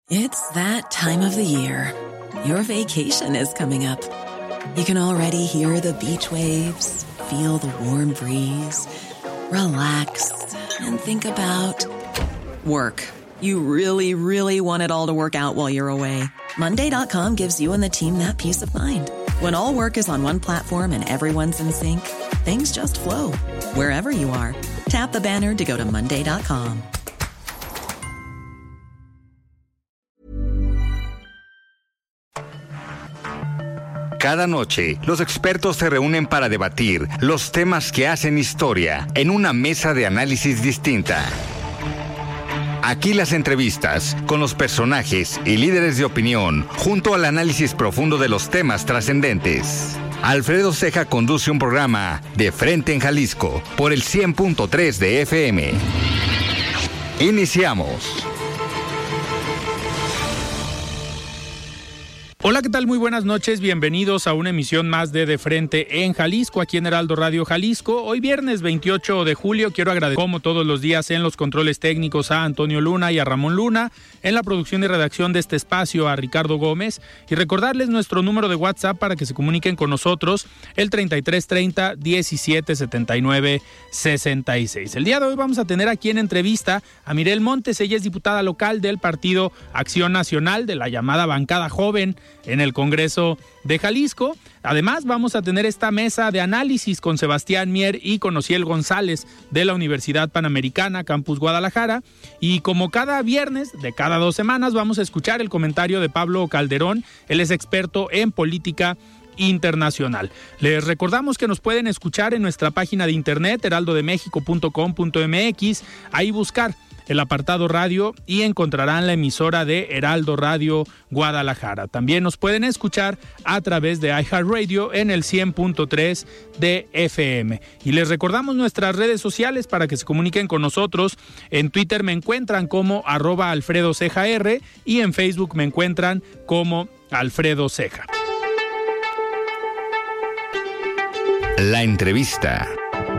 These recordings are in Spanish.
It's that time of the year. Your vacation is coming up. You can already hear the beach waves, feel the warm breeze, relax, and think about work. You really, really want it all to work out while you're away. Monday.com gives you and the team that peace of mind. When all work is on one platform and everyone's in sync, things just flow. Wherever you are, tap the banner to go to Monday.com. Cada noche, los expertos se reúnen para debatir los temas que hacen historia en una mesa de análisis distinta. Aquí las entrevistas con los personajes y líderes de opinión, junto al análisis profundo de los temas trascendentes. Alfredo Ceja conduce un programa De Frente en Jalisco por el 100.3 de FM. Iniciamos. Hola, ¿qué tal? Muy buenas noches, bienvenidos a una emisión más de Frente en Jalisco, aquí en Heraldo Radio Jalisco. Hoy viernes 28 de julio, quiero agradecer como todos los días en los controles técnicos a Antonio Luna y a Ramón Luna, en la producción y redacción de este espacio a Ricardo Gómez, y recordarles nuestro número de WhatsApp para que se comuniquen con nosotros, el 3330 1779 66. El día de hoy vamos a tener aquí en entrevista a Mireille Montes. Ella es diputada local del Partido Acción Nacional, de la llamada bancada joven en el Congreso de Jalisco. Además, vamos a tener esta mesa de análisis con Sebastián Mier y con Ociel González de la Universidad Panamericana, Campus Guadalajara. Y como cada viernes de cada 2 semanas, vamos a escuchar el comentario de Pablo Calderón. Él es experto en política internacional. Les recordamos que nos pueden escuchar en nuestra página de internet, heraldodemexico.com.mx. Ahí buscar el apartado radio y encontrarán la emisora de Heraldo Radio Guadalajara. También nos pueden escuchar a través de iHeartRadio en el 100.3 de FM. Y les recordamos nuestras redes sociales para que se comuniquen con nosotros. En Twitter me encuentran como @AlfredoCejaR y en Facebook me encuentran como Alfredo Ceja. La entrevista.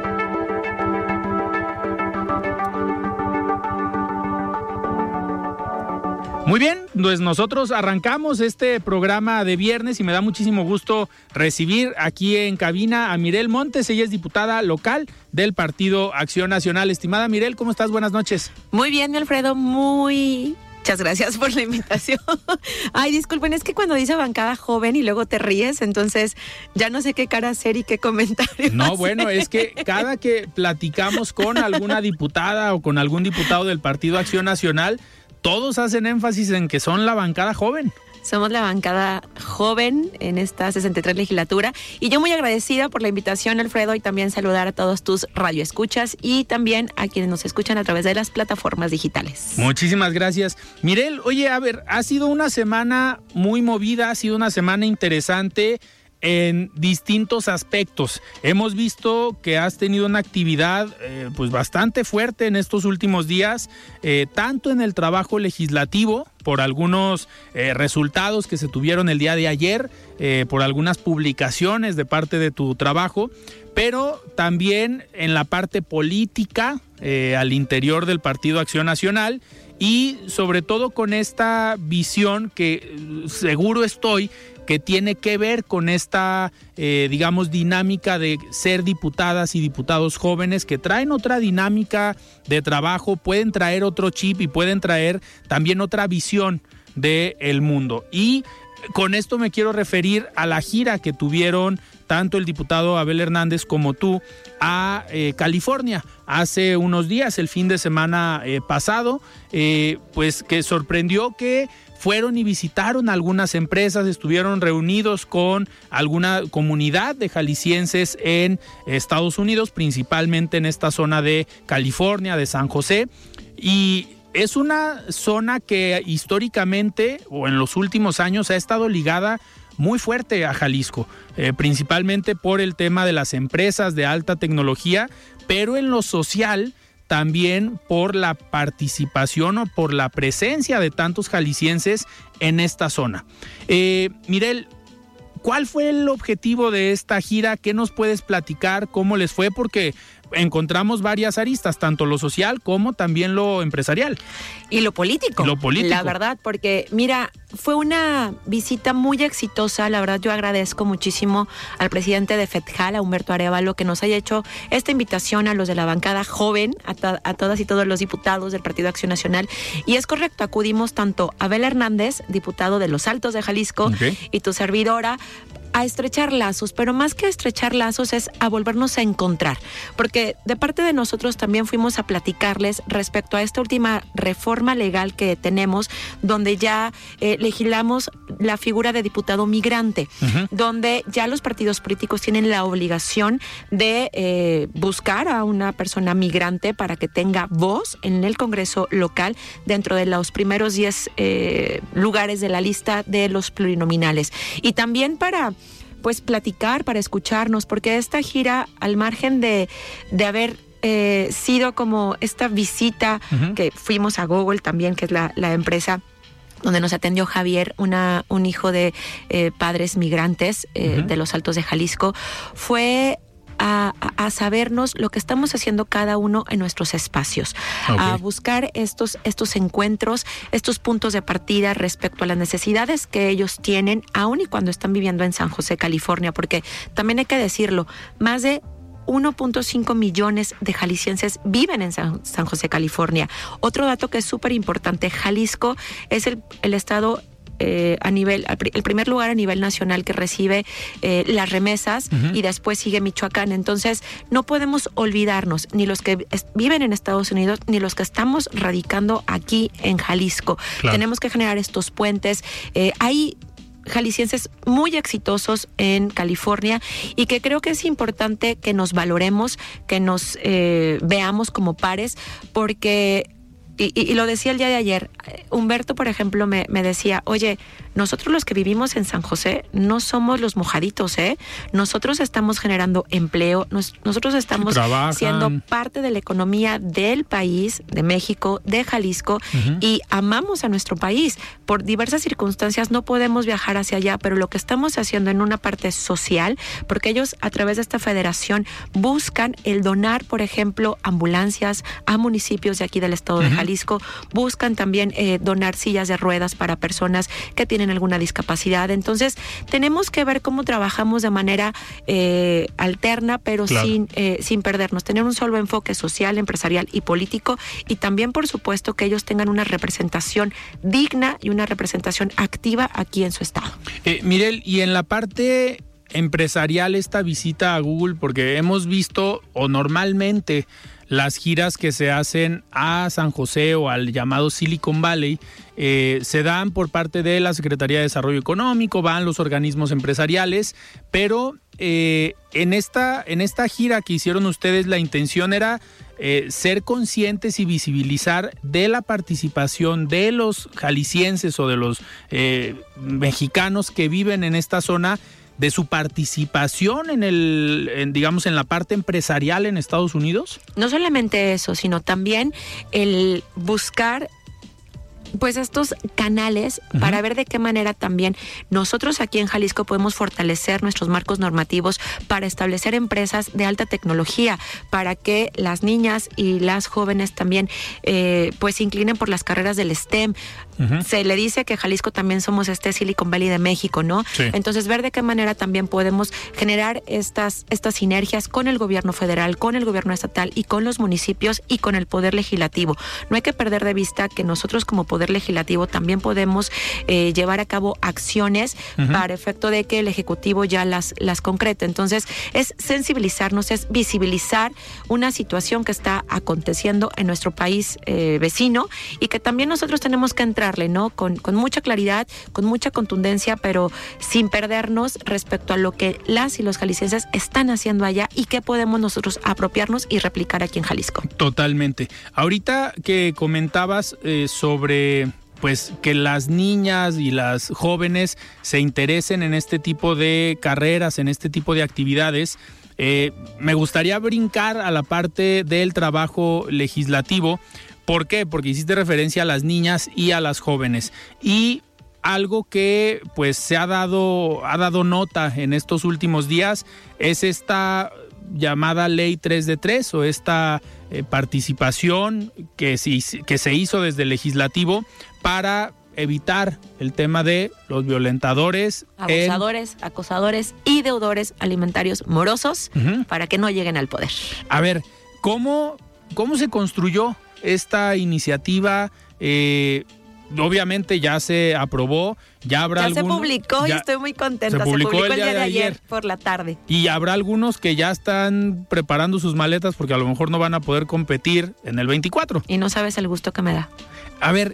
Muy bien, pues nosotros arrancamos este programa de viernes y me da muchísimo gusto recibir aquí en cabina a Mireille Montes. Ella es diputada local del Partido Acción Nacional. Estimada Mireille, ¿cómo estás? Buenas noches. Muy bien, mi Alfredo, Muchas gracias por la invitación. Ay, disculpen, es que cuando dice bancada joven y luego te ríes, entonces ya no sé qué cara hacer y qué comentario No, hacer. bueno, es que cada que platicamos con alguna diputada o con algún diputado del Partido Acción Nacional, todos hacen énfasis en que son la bancada joven. Somos la bancada joven en esta 63 legislatura y yo muy agradecida por la invitación, Alfredo, y también saludar a todos tus radioescuchas y también a quienes nos escuchan a través de las plataformas digitales. Muchísimas gracias. Mireille, oye, a ver, ha sido una semana muy movida, ha sido una semana interesante en distintos aspectos. Hemos visto que has tenido una actividad pues bastante fuerte en estos últimos días, tanto en el trabajo legislativo, por algunos resultados que se tuvieron el día de ayer, por algunas publicaciones de parte de tu trabajo, pero también en la parte política, al interior del Partido Acción Nacional, y sobre todo con esta visión que seguro estoy que tiene que ver con esta, digamos, dinámica de ser diputadas y diputados jóvenes que traen otra dinámica de trabajo, pueden traer otro chip y pueden traer también otra visión del mundo. Y con esto me quiero referir a la gira que tuvieron tanto el diputado Abel Hernández como tú a California hace unos días, el fin de semana pasado, pues que sorprendió que fueron y visitaron algunas empresas, estuvieron reunidos con alguna comunidad de jaliscienses en Estados Unidos, principalmente en esta zona de California, de San José, y es una zona que históricamente o en los últimos años ha estado ligada muy fuerte a Jalisco, principalmente por el tema de las empresas de alta tecnología, pero en lo social también por la participación o por la presencia de tantos jaliscienses en esta zona. Mireille, ¿cuál fue el objetivo de esta gira? ¿Qué nos puedes platicar? ¿Cómo les fue? Porque encontramos varias aristas, tanto lo social como también lo empresarial. Y lo político. La verdad, porque mira, fue una visita muy exitosa. La verdad, yo agradezco muchísimo al presidente de FEDJAL, a Humberto Arévalo, que nos haya hecho esta invitación a los de la bancada joven, a todas y todos los diputados del Partido Acción Nacional. Y es correcto, acudimos tanto a Abel Hernández, diputado de Los Altos de Jalisco, y tu servidora, a estrechar lazos, pero más que a estrechar lazos es a volvernos a encontrar, porque de parte de nosotros también fuimos a platicarles respecto a esta última reforma legal que tenemos, donde ya legislamos la figura de diputado migrante, donde ya los partidos políticos tienen la obligación de buscar a una persona migrante para que tenga voz en el Congreso local dentro de los primeros 10 lugares de la lista de los plurinominales. Y también para pues platicar, para escucharnos, porque esta gira, al margen de haber sido como esta visita que fuimos a Google también, que es la empresa donde nos atendió Javier, un hijo de padres migrantes de Los Altos de Jalisco, fue a sabernos lo que estamos haciendo cada uno en nuestros espacios, a buscar estos encuentros, estos puntos de partida respecto a las necesidades que ellos tienen, aun y cuando están viviendo en San José, California, porque también hay que decirlo, más de 1.5 millones de jaliscienses viven en San José, California. Otro dato que es súper importante, Jalisco es el estado el primer lugar a nivel nacional que recibe las remesas, y después sigue Michoacán. Entonces no podemos olvidarnos ni los que viven en Estados Unidos ni los que estamos radicando aquí en Jalisco. Tenemos que generar estos puentes. Hay jaliscienses muy exitosos en California y que creo que es importante que nos valoremos, que nos veamos como pares, porque y lo decía el día de ayer, Humberto, por ejemplo, me decía, oye, nosotros los que vivimos en San José no somos los mojaditos, nosotros estamos generando empleo, nosotros estamos siendo parte de la economía del país, de México, de Jalisco, y amamos a nuestro país. Por diversas circunstancias no podemos viajar hacia allá, pero lo que estamos haciendo en una parte social, porque ellos a través de esta federación buscan el donar, por ejemplo, ambulancias a municipios de aquí del estado de Jalisco, buscan también donar sillas de ruedas para personas que tienen alguna discapacidad. Entonces tenemos que ver cómo trabajamos de manera alterna, pero sin perdernos, tener un solo enfoque social, empresarial y político, y también por supuesto que ellos tengan una representación digna y una representación activa aquí en su estado. Mirel, y en la parte empresarial, esta visita a Google, porque hemos visto, o normalmente las giras que se hacen a San José o al llamado Silicon Valley se dan por parte de la Secretaría de Desarrollo Económico, van los organismos empresariales, pero en esta gira que hicieron ustedes, la intención era ser conscientes y visibilizar de la participación de los jaliscienses o de los mexicanos que viven en esta zona, de su participación en la parte empresarial en Estados Unidos. No solamente eso, sino también el buscar pues estos canales para ver de qué manera también nosotros aquí en Jalisco podemos fortalecer nuestros marcos normativos para establecer empresas de alta tecnología, para que las niñas y las jóvenes también pues se inclinen por las carreras del STEM. Se le dice que Jalisco también somos Silicon Valley de México, ¿no? Sí. Entonces ver de qué manera también podemos generar estas sinergias con el gobierno federal, con el gobierno estatal y con los municipios y con el poder legislativo. No hay que perder de vista que nosotros como poder legislativo también podemos llevar a cabo acciones para efecto de que el ejecutivo ya las concrete. Entonces es sensibilizarnos, es visibilizar una situación que está aconteciendo en nuestro país vecino, y que también nosotros tenemos que entrarle, ¿no? Con mucha claridad, con mucha contundencia, pero sin perdernos respecto a lo que las y los jaliscienses están haciendo allá y qué podemos nosotros apropiarnos y replicar aquí en Jalisco. Totalmente. Ahorita que comentabas sobre pues que las niñas y las jóvenes se interesen en este tipo de carreras, en este tipo de actividades, me gustaría brincar a la parte del trabajo legislativo. ¿Por qué? Porque hiciste referencia a las niñas y a las jóvenes. Y algo que pues se ha dado nota en estos últimos días es esta llamada Ley 3 de 3 o esta participación que se hizo desde el legislativo para evitar el tema de los violentadores, abusadores, acosadores y deudores alimentarios morosos para que no lleguen al poder. A ver, ¿cómo se construyó esta iniciativa? Obviamente ya se aprobó, ya se publicó y estoy muy contenta. Se publicó el día de ayer por la tarde. Y habrá algunos que ya están preparando sus maletas porque a lo mejor no van a poder competir en el 24. Y no sabes el gusto que me da. A ver,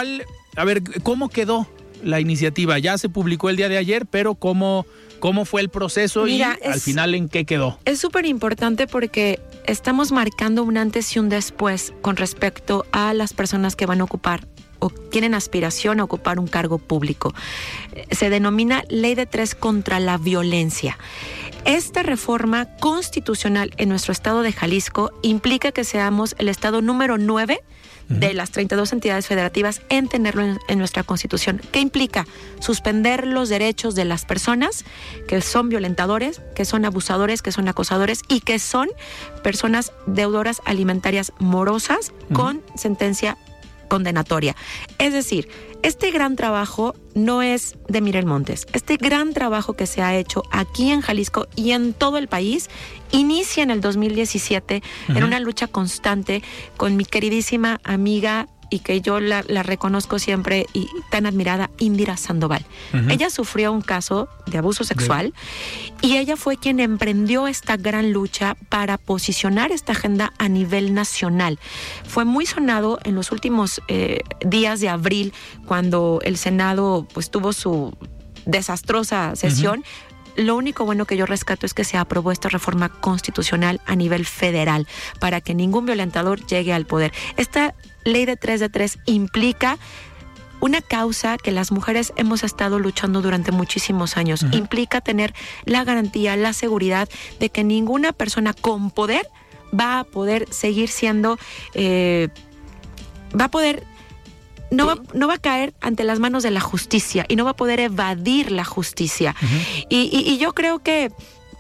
¿cómo quedó la iniciativa? Ya se publicó el día de ayer, pero ¿cómo fue el proceso? Mira, y al final ¿en qué quedó? Es súper importante porque estamos marcando un antes y un después con respecto a las personas que van a ocupar o tienen aspiración a ocupar un cargo público. Se denomina Ley de 3 contra la violencia. Esta reforma constitucional en nuestro estado de Jalisco implica que seamos el estado número 9 de las 32 entidades federativas en tenerlo en nuestra Constitución. ¿Qué implica? Suspender los derechos de las personas que son violentadores, que son abusadores, que son acosadores y que son personas deudoras alimentarias morosas con sentencia condenatoria. Es decir, este gran trabajo no es de Mireille Montes. Este gran trabajo que se ha hecho aquí en Jalisco y en todo el país inicia en el 2017 en una lucha constante con mi queridísima amiga y que yo la reconozco siempre y tan admirada, Indira Sandoval. Ella sufrió un caso de abuso sexual y ella fue quien emprendió esta gran lucha para posicionar esta agenda a nivel nacional. Fue muy sonado en los últimos días de abril cuando el Senado pues tuvo su desastrosa sesión. Lo único bueno que yo rescato es que se aprobó esta reforma constitucional a nivel federal para que ningún violentador llegue al poder. Esta Ley de 3 de 3 implica una causa que las mujeres hemos estado luchando durante muchísimos años. Implica tener la garantía, la seguridad de que ninguna persona con poder va a poder seguir siendo, no va a caer ante las manos de la justicia y no va a poder evadir la justicia. Y yo creo que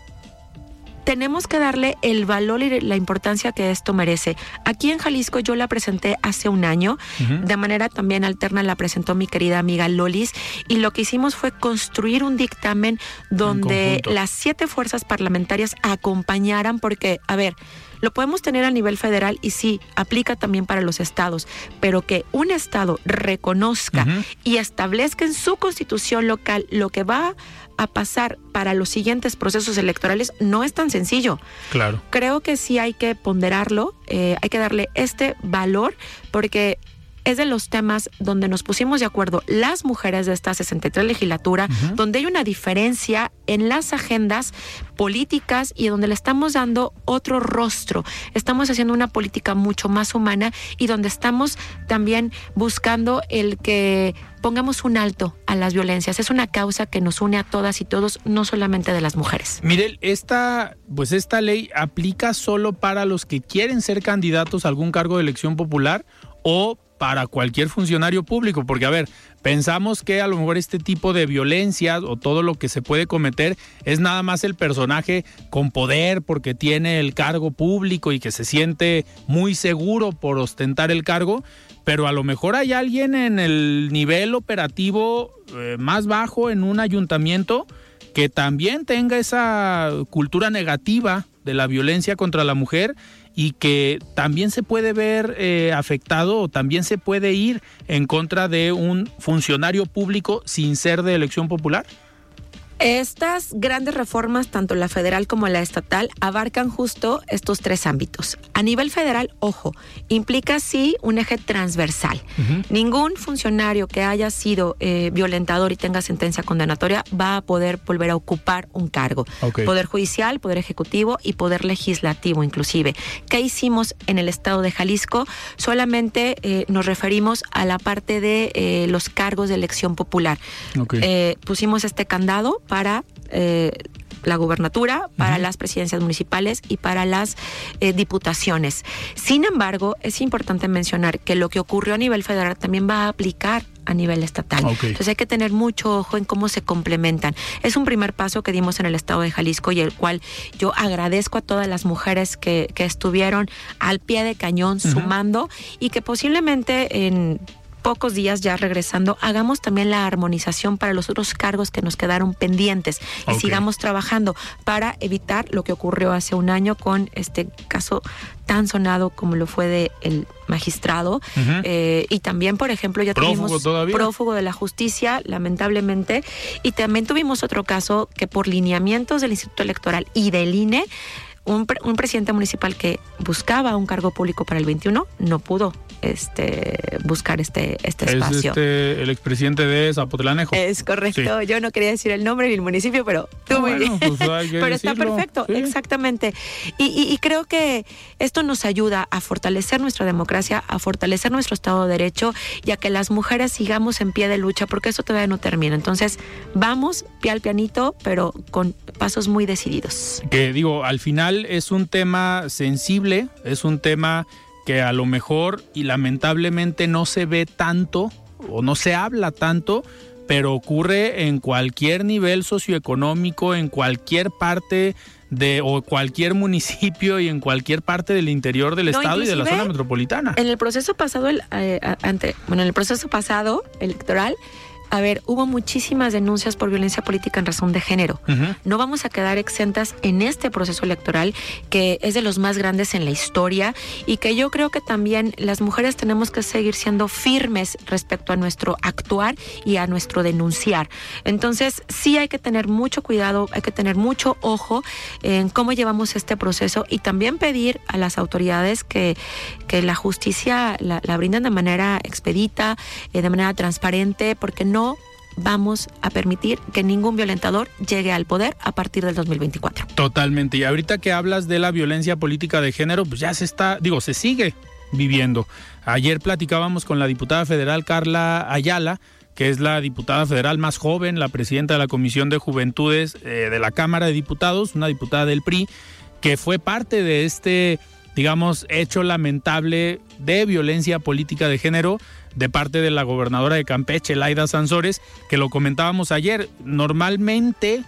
tenemos que darle el valor y la importancia que esto merece. Aquí en Jalisco yo la presenté hace un año, de manera también alterna la presentó mi querida amiga Lolis, y lo que hicimos fue construir un dictamen donde las 7 fuerzas parlamentarias acompañaran, porque, a ver, lo podemos tener a nivel federal y sí, aplica también para los estados, pero que un estado reconozca y establezca en su constitución local lo que va a pasar para los siguientes procesos electorales no es tan sencillo. Claro. Creo que sí hay que ponderarlo, hay que darle este valor porque es de los temas donde nos pusimos de acuerdo las mujeres de esta 63 legislatura, donde hay una diferencia en las agendas políticas y donde le estamos dando otro rostro. Estamos haciendo una política mucho más humana y donde estamos también buscando el que pongamos un alto a las violencias. Es una causa que nos une a todas y todos, no solamente de las mujeres. Mireille, esta ley aplica solo para los que quieren ser candidatos a algún cargo de elección popular o para cualquier funcionario público, porque a ver, pensamos que a lo mejor este tipo de violencia o todo lo que se puede cometer es nada más el personaje con poder porque tiene el cargo público y que se siente muy seguro por ostentar el cargo, pero a lo mejor hay alguien en el nivel operativo más bajo en un ayuntamiento que también tenga esa cultura negativa de la violencia contra la mujer y que también se puede ver afectado o también se puede ir en contra de un funcionario público sin ser de elección popular. Estas grandes reformas, tanto la federal como la estatal, abarcan justo estos 3 ámbitos. A nivel federal, ojo, implica sí un eje transversal. Ningún funcionario que haya sido violentador y tenga sentencia condenatoria va a poder volver a ocupar un cargo. Poder judicial, poder ejecutivo y poder legislativo inclusive. ¿Qué hicimos en el estado de Jalisco? Solamente nos referimos a la parte de los cargos de elección popular. Pusimos este candado para la gubernatura, para las presidencias municipales y para las diputaciones. Sin embargo, es importante mencionar que lo que ocurrió a nivel federal también va a aplicar a nivel estatal. Okay. Entonces hay que tener mucho ojo en cómo se complementan. Es un primer paso que dimos en el estado de Jalisco y el cual yo agradezco a todas las mujeres que estuvieron al pie de cañón sumando y que posiblemente en pocos días ya regresando, hagamos también la armonización para los otros cargos que nos quedaron pendientes y sigamos trabajando para evitar lo que ocurrió hace un año con este caso tan sonado como lo fue de el magistrado y también, por ejemplo, ya tuvimos prófugo de la justicia, lamentablemente, y también tuvimos otro caso que por lineamientos del Instituto Electoral y del INE, un presidente municipal que buscaba un cargo público para el 21 no pudo buscar este espacio. Es el expresidente de Zapotlanejo. Es correcto. Sí. Yo no quería decir el nombre ni el municipio, pero tú muy bien. Pues pero está perfecto, sí. Exactamente. Y creo que esto nos ayuda a fortalecer nuestra democracia, a fortalecer nuestro Estado de Derecho y a que las mujeres sigamos en pie de lucha, porque eso todavía no termina. Entonces, vamos pie al pianito, pero con pasos muy decididos. Que digo, al final es un tema sensible, es un tema que a lo mejor y lamentablemente no se ve tanto o no se habla tanto, pero ocurre en cualquier nivel socioeconómico, en cualquier parte o cualquier municipio y en cualquier parte del interior del estado y de la zona metropolitana. En el proceso pasado, en el proceso pasado electoral, hubo muchísimas denuncias por violencia política en razón de género. No vamos a quedar exentas en este proceso electoral, que es de los más grandes en la historia y que yo creo que también las mujeres tenemos que seguir siendo firmes respecto a nuestro actuar y a nuestro denunciar. Entonces, sí hay que tener mucho cuidado, hay que tener mucho ojo en cómo llevamos este proceso y también pedir a las autoridades que la justicia la brinden de manera expedita, de manera transparente, porque no vamos a permitir que ningún violentador llegue al poder a partir del 2024. Totalmente. Y ahorita que hablas de la violencia política de género, pues ya se sigue viviendo. Ayer platicábamos con la diputada federal Carla Ayala, que es la diputada federal más joven, la presidenta de la Comisión de Juventudes de la Cámara de Diputados, una diputada del PRI, que fue parte de este, hecho lamentable de violencia política de género de parte de la gobernadora de Campeche, Laida Sansores, que lo comentábamos ayer. Normalmente,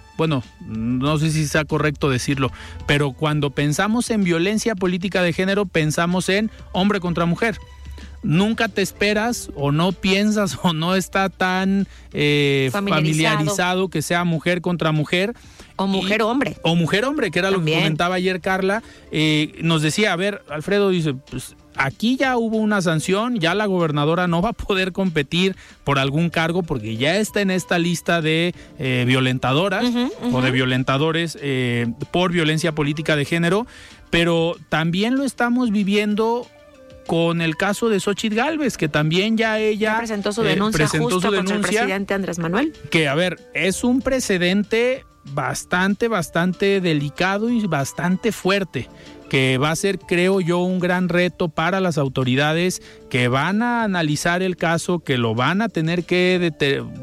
no sé si sea correcto decirlo, pero cuando pensamos en violencia política de género, pensamos en hombre contra mujer. Nunca te esperas o no piensas o no está tan familiarizado que sea mujer contra mujer. O mujer-hombre. O mujer-hombre, que era también lo que comentaba ayer Carla. Nos decía, Alfredo dice, pues aquí ya hubo una sanción, ya la gobernadora no va a poder competir por algún cargo porque ya está en esta lista de violentadoras o de violentadores por violencia política de género, pero también lo estamos viviendo con el caso de Xóchitl Gálvez, que también ya ella presentó su denuncia contra el presidente Andrés Manuel. Que, es un precedente bastante delicado y bastante fuerte, que va a ser, creo yo, un gran reto para las autoridades que van a analizar el caso, que lo van a tener que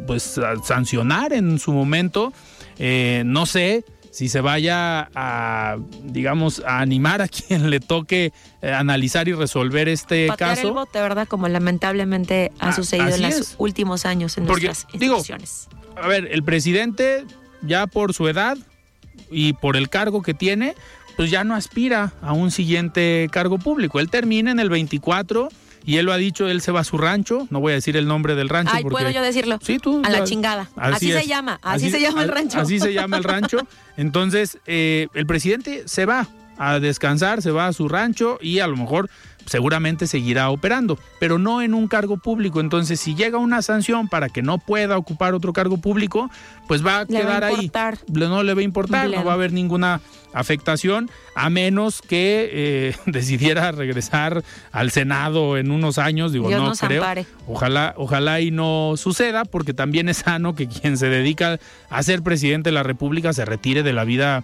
sancionar en su momento. No sé si se vaya a animar a quien le toque analizar y resolver este patear caso. El bote, ¿verdad? Como lamentablemente ha sucedido en los últimos años en nuestras instituciones. El presidente, ya por su edad y por el cargo que tiene, pues ya no aspira a un siguiente cargo público. Él termina en el 24 y él lo ha dicho, él se va a su rancho. No voy a decir el nombre del rancho. Ay, ¿puedo yo decirlo? Sí, tú. A la chingada. Así se llama el rancho. Así se llama el rancho. Entonces, el presidente se va a descansar, se va a su rancho y a lo mejor seguramente seguirá operando, pero no en un cargo público. Entonces, si llega una sanción para que no pueda ocupar otro cargo público, pues va a quedar ahí. No le va a importar, no va a haber ninguna afectación, a menos que decidiera regresar al Senado en unos años. Dios no creo. Ampare. Ojalá y no suceda, porque también es sano que quien se dedica a ser presidente de la República se retire de la vida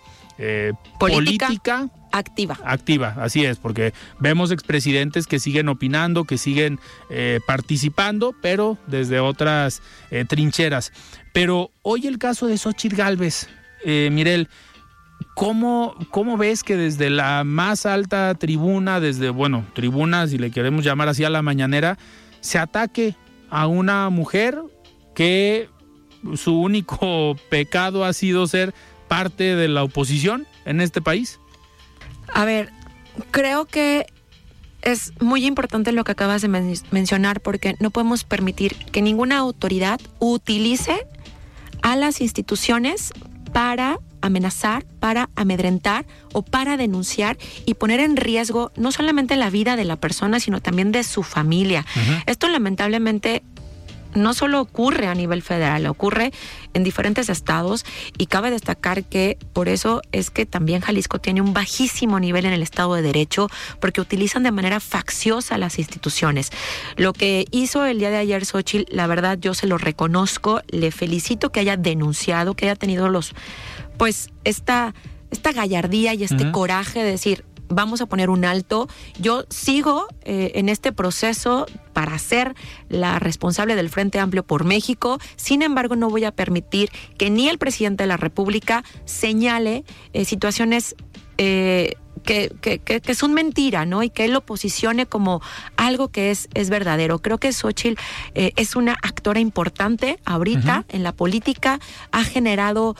política activa, así es, porque vemos expresidentes que siguen opinando, que siguen participando, pero desde otras trincheras. Pero hoy el caso de Xóchitl Gálvez, Mirel, ¿cómo ves que desde la más alta tribuna, tribuna, si le queremos llamar así, a la mañanera, se ataque a una mujer que su único pecado ha sido ser parte de la oposición en este país? A ver, creo que es muy importante lo que acabas de mencionar, porque no podemos permitir que ninguna autoridad utilice a las instituciones para amenazar, para amedrentar o para denunciar y poner en riesgo no solamente la vida de la persona, sino también de su familia. Esto lamentablemente no solo ocurre a nivel federal, ocurre en diferentes estados, y cabe destacar que por eso es que también Jalisco tiene un bajísimo nivel en el Estado de Derecho, porque utilizan de manera facciosa las instituciones. Lo que hizo el día de ayer Xóchitl, la verdad yo se lo reconozco, le felicito que haya denunciado, que haya tenido esta gallardía y este coraje de decir: vamos a poner un alto. Yo sigo en este proceso para ser la responsable del Frente Amplio por México. Sin embargo, no voy a permitir que ni el presidente de la República señale situaciones que son mentira, ¿no? Y que él lo posicione como algo que es verdadero. Creo que Xóchitl es una actora importante ahorita en la política. Ha generado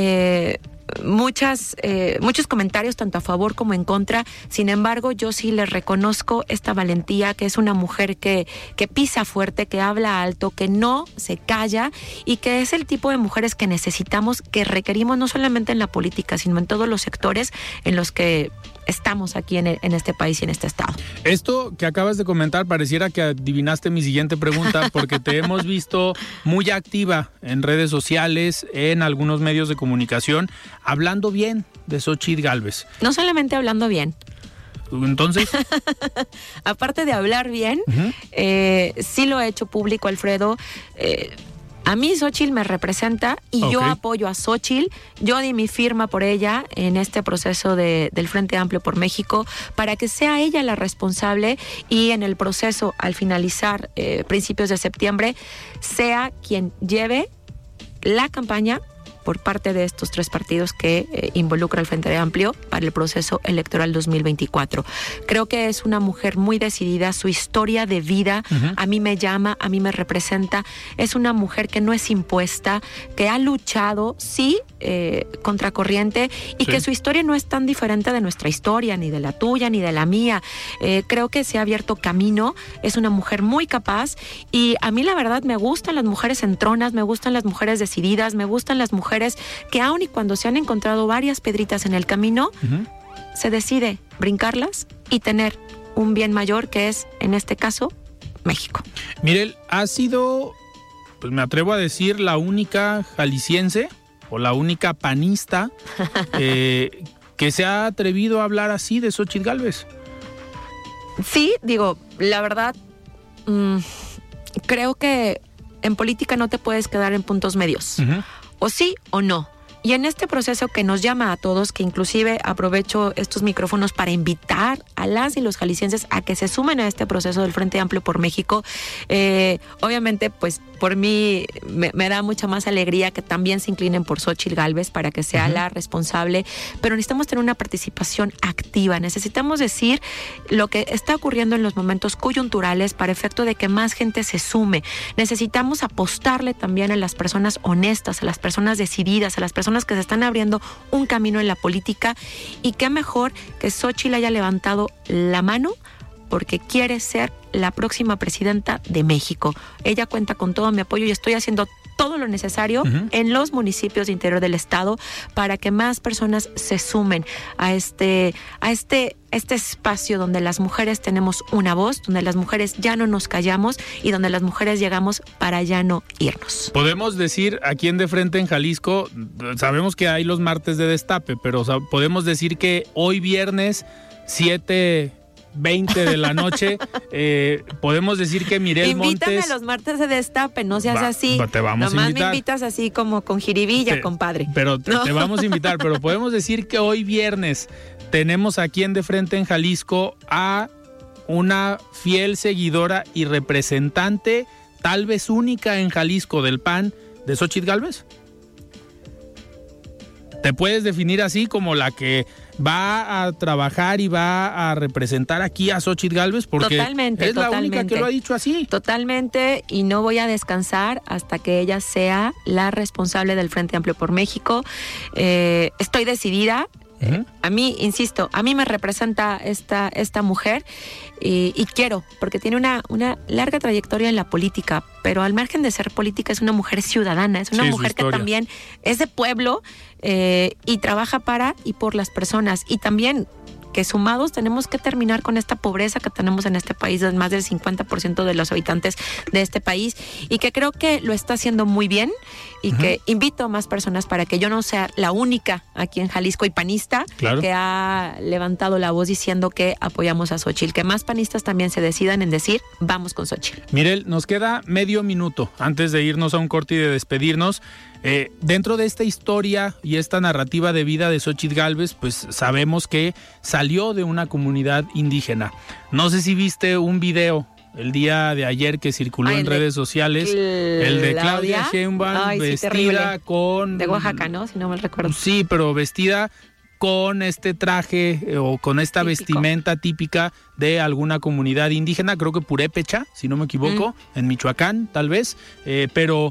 muchos comentarios tanto a favor como en contra. Sin embargo, yo sí le reconozco esta valentía, que es una mujer que pisa fuerte, que habla alto, que no se calla, y que es el tipo de mujeres que necesitamos, que requerimos no solamente en la política, sino en todos los sectores en los que estamos aquí en este país y en este estado. Esto que acabas de comentar pareciera que adivinaste mi siguiente pregunta, porque te hemos visto muy activa en redes sociales, en algunos medios de comunicación, hablando bien de Xóchitl Gálvez. No solamente hablando bien. Entonces, aparte de hablar bien, sí lo he hecho público, Alfredo. A mí Xóchitl me representa y yo apoyo a Xóchitl. Yo di mi firma por ella en este proceso del Frente Amplio por México, para que sea ella la responsable, y en el proceso, al finalizar principios de septiembre, sea quien lleve la campaña por parte de estos tres partidos que involucra el Frente Amplio para el proceso electoral 2024. Creo que es una mujer muy decidida, su historia de vida a mí me llama, a mí me representa. Es una mujer que no es impuesta, que ha luchado, sí, contracorriente, y que su historia no es tan diferente de nuestra historia, ni de la tuya, ni de la mía. Creo que se ha abierto camino, es una mujer muy capaz, y a mí la verdad me gustan las mujeres entronas, me gustan las mujeres decididas, me gustan las mujeres que aun y cuando se han encontrado varias piedritas en el camino, se decide brincarlas y tener un bien mayor, que es, en este caso, México. Mireille, ha sido, pues me atrevo a decir, la única jalisciense o la única panista que se ha atrevido a hablar así de Xóchitl Gálvez. Sí, digo, la verdad, creo que en política no te puedes quedar en puntos medios. O sí o no. Y en este proceso que nos llama a todos, que inclusive aprovecho estos micrófonos para invitar a las y los jaliscienses a que se sumen a este proceso del Frente Amplio por México, obviamente pues por mí me da mucha más alegría que también se inclinen por Xóchitl Gálvez para que sea la responsable, pero necesitamos tener una participación activa, necesitamos decir lo que está ocurriendo en los momentos coyunturales para efecto de que más gente se sume. Necesitamos apostarle también a las personas honestas, a las personas decididas, a las personas que se están abriendo un camino en la política, y qué mejor que Xóchitl haya levantado la mano porque quiere ser la próxima presidenta de México. Ella cuenta con todo mi apoyo y estoy haciendo todo lo necesario en los municipios de interior del estado para que más personas se sumen a este espacio donde las mujeres tenemos una voz, donde las mujeres ya no nos callamos y donde las mujeres llegamos para ya no irnos. Podemos decir aquí en De Frente en Jalisco, sabemos que hay los martes de destape, pero podemos decir que hoy viernes 7:20 de la noche, podemos decir que Mireille Montes... Invítame a los martes de destape, no seas así. Te vamos Nomás a invitar. me invitas así como con jiribilla, compadre. Pero te vamos a invitar, pero podemos decir que hoy viernes tenemos aquí en De Frente en Jalisco a una fiel seguidora y representante, tal vez única en Jalisco, del PAN, de Xóchitl Gálvez. ¿Te puedes definir así como la que va a trabajar y va a representar aquí a Xóchitl Gálvez? Porque totalmente, es la única que lo ha dicho así. Totalmente, y no voy a descansar hasta que ella sea la responsable del Frente Amplio por México. Estoy decidida. A mí, insisto, a mí me representa esta mujer y quiero, porque tiene una larga trayectoria en la política, pero al margen de ser política es una mujer ciudadana, es una mujer que también es de pueblo y trabaja para y por las personas, y también que sumados tenemos que terminar con esta pobreza que tenemos en este país, de más del 50% de los habitantes de este país, y que creo que lo está haciendo muy bien, y que invito a más personas para que yo no sea la única aquí en Jalisco y panista que ha levantado la voz diciendo que apoyamos a Xóchitl, que más panistas también se decidan en decir vamos con Xóchitl. Mirel, nos queda medio minuto antes de irnos a un corte y de despedirnos. Dentro de esta historia y esta narrativa de vida de Xóchitl Gálvez, pues sabemos que salió de una comunidad indígena. No sé si viste un video el día de ayer que circuló en redes sociales, el de Claudia Sheinbaum vestida con... De Oaxaca, ¿no? Si no mal recuerdo. Sí, pero vestida con este traje o con esta vestimenta típica de alguna comunidad indígena, creo que Purépecha, si no me equivoco, en Michoacán tal vez, pero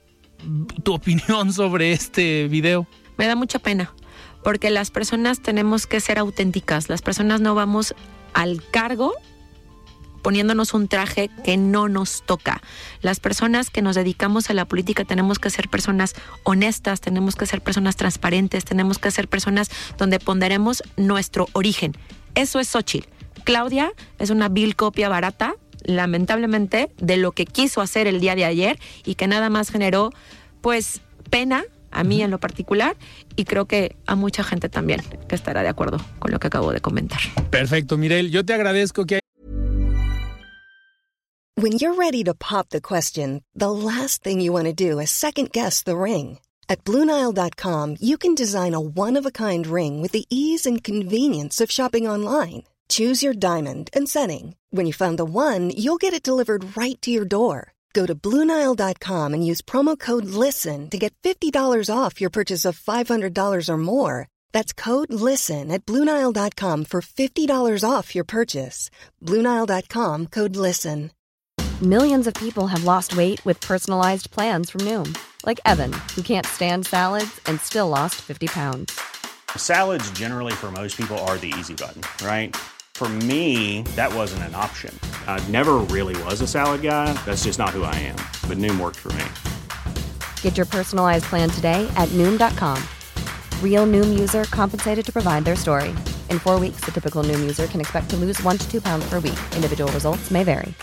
tu opinión sobre este video. Me da mucha pena, porque las personas tenemos que ser auténticas, las personas no vamos al cargo poniéndonos un traje que no nos toca. Las personas que nos dedicamos a la política tenemos que ser personas honestas, tenemos que ser personas transparentes, tenemos que ser personas donde ponderemos nuestro origen. Eso es Xóchitl. Claudia es una vil copia barata, lamentablemente, de lo que quiso hacer el día de ayer y que nada más generó, pues, pena a mí en lo particular, y creo que a mucha gente también que estará de acuerdo con lo que acabo de comentar. Perfecto, Mirel, yo te agradezco que... When you're ready to pop the question, the last thing you want to do is second-guess the ring. At BlueNile.com, you can design a one-of-a-kind ring with the ease and convenience of shopping online. Choose your diamond and setting. When you find the one, you'll get it delivered right to your door. Go to BlueNile.com and use promo code LISTEN to get $50 off your purchase of $500 or more. That's code LISTEN at BlueNile.com for $50 off your purchase. BlueNile.com, code LISTEN. Millions of people have lost weight with personalized plans from Noom. Like Evan, who can't stand salads and still lost 50 pounds. Salads generally for most people are the easy button, right? For me, that wasn't an option. I never really was a salad guy. That's just not who I am. But Noom worked for me. Get your personalized plan today at Noom.com. Real Noom user compensated to provide their story. In 4 weeks, the typical Noom user can expect to lose 1 to 2 pounds per week. Individual results may vary.